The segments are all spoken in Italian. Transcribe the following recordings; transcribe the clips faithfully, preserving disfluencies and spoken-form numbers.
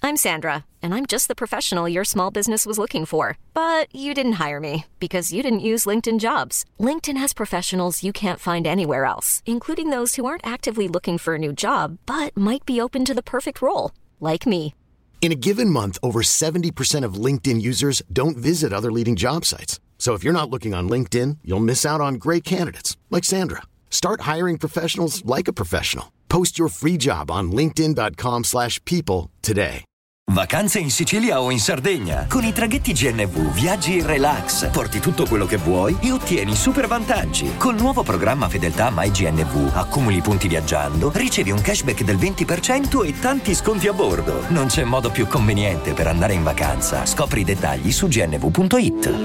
I'm Sandra, and I'm just the professional your small business was looking for. But you didn't hire me because you didn't use LinkedIn Jobs. LinkedIn has professionals you can't find anywhere else, including those who aren't actively looking for a new job, but might be open to the perfect role, like me. In a given month, over seventy percent of LinkedIn users don't visit other leading job sites. So if you're not looking on LinkedIn, you'll miss out on great candidates like Sandra. Start hiring professionals like a professional. Post your free job on linkedin.com slash people today. Vacanze in Sicilia o in Sardegna. Con i traghetti G N V viaggi in relax, porti tutto quello che vuoi e ottieni super vantaggi. Col nuovo programma Fedeltà MyGNV accumuli punti viaggiando, ricevi un cashback del venti per cento e tanti sconti a bordo. Non c'è modo più conveniente per andare in vacanza. Scopri i dettagli su g n v punto i t.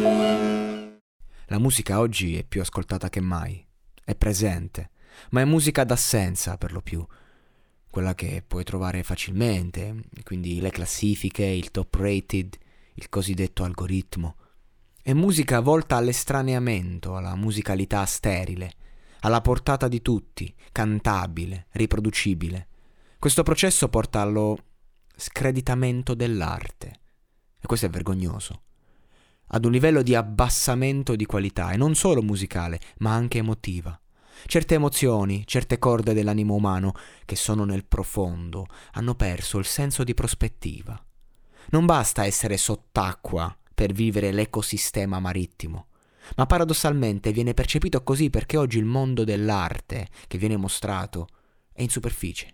La musica oggi è più ascoltata che mai. È presente, ma è musica d'assenza per lo più. Quella che puoi trovare facilmente, quindi le classifiche, il top rated, il cosiddetto algoritmo. È musica volta all'estraneamento, alla musicalità sterile, alla portata di tutti, cantabile, riproducibile. Questo processo porta allo screditamento dell'arte, e questo è vergognoso, ad un livello di abbassamento di qualità, e non solo musicale, ma anche emotiva. Certe emozioni, certe corde dell'animo umano, che sono nel profondo, hanno perso il senso di prospettiva. Non basta essere sott'acqua per vivere l'ecosistema marittimo, ma paradossalmente viene percepito così perché oggi il mondo dell'arte che viene mostrato è in superficie.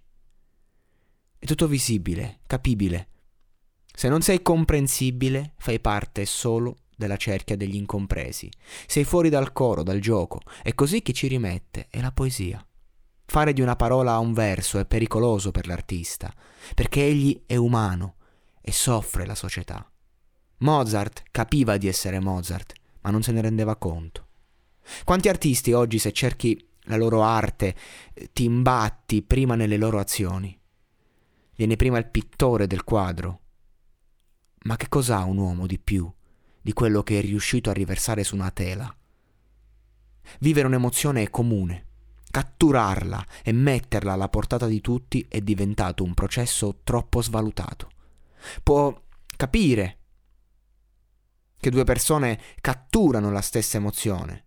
È tutto visibile, capibile. Se non sei comprensibile, fai parte solo della cerchia degli incompresi. Sei fuori dal coro, dal gioco. E così chi ci rimette è la poesia. Fare di una parola un verso è pericoloso per l'artista, perché egli è umano e soffre la società. Mozart capiva di essere Mozart, ma non se ne rendeva conto. Quanti artisti oggi, se cerchi la loro arte, ti imbatti prima nelle loro azioni? Viene prima il pittore del quadro. Ma che cos'ha un uomo di più di quello che è riuscito a riversare su una tela? Vivere un'emozione è comune. Catturarla e metterla alla portata di tutti è diventato un processo troppo svalutato. Può capire che due persone catturano la stessa emozione,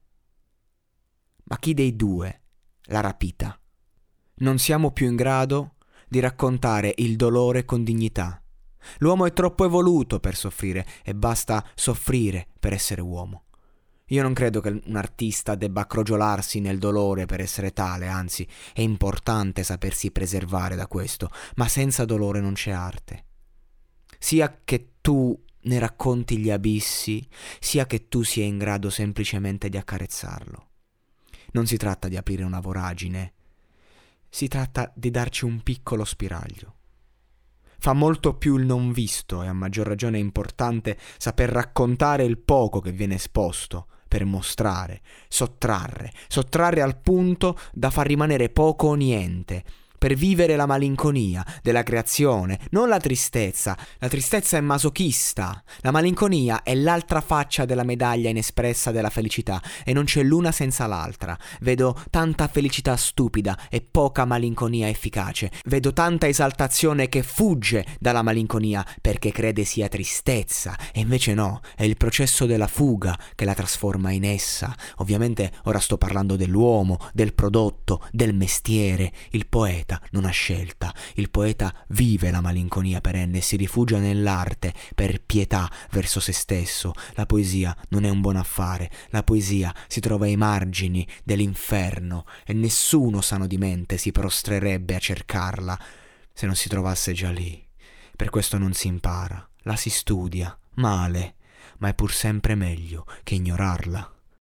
ma chi dei due l'ha rapita? Non siamo più in grado di raccontare il dolore con dignità. L'uomo è troppo evoluto per soffrire e basta soffrire per essere uomo. Io non credo che un artista debba crogiolarsi nel dolore per essere tale, anzi è importante sapersi preservare da questo, ma senza dolore non c'è arte. Sia che tu ne racconti gli abissi, sia che tu sia in grado semplicemente di accarezzarlo. Non si tratta di aprire una voragine, si tratta di darci un piccolo spiraglio. Fa molto più il non visto e a maggior ragione è importante saper raccontare il poco che viene esposto per mostrare, sottrarre, sottrarre al punto da far rimanere poco o niente, per vivere la malinconia della creazione, non la tristezza. La tristezza è masochista, la malinconia è l'altra faccia della medaglia inespressa della felicità e non c'è l'una senza l'altra. Vedo tanta felicità stupida e poca malinconia efficace. Vedo tanta esaltazione che fugge dalla malinconia perché crede sia tristezza e invece no, è il processo della fuga che la trasforma in essa. Ovviamente ora sto parlando dell'uomo, del prodotto, del mestiere. Il poeta non ha scelta, il poeta vive la malinconia perenne e si rifugia nell'arte per pietà verso se stesso. La poesia non è un buon affare, la poesia si trova ai margini dell'inferno e nessuno sano di mente si prostrerebbe a cercarla se non si trovasse già lì. Per questo non si impara, la si studia, male, ma è pur sempre meglio che ignorarla.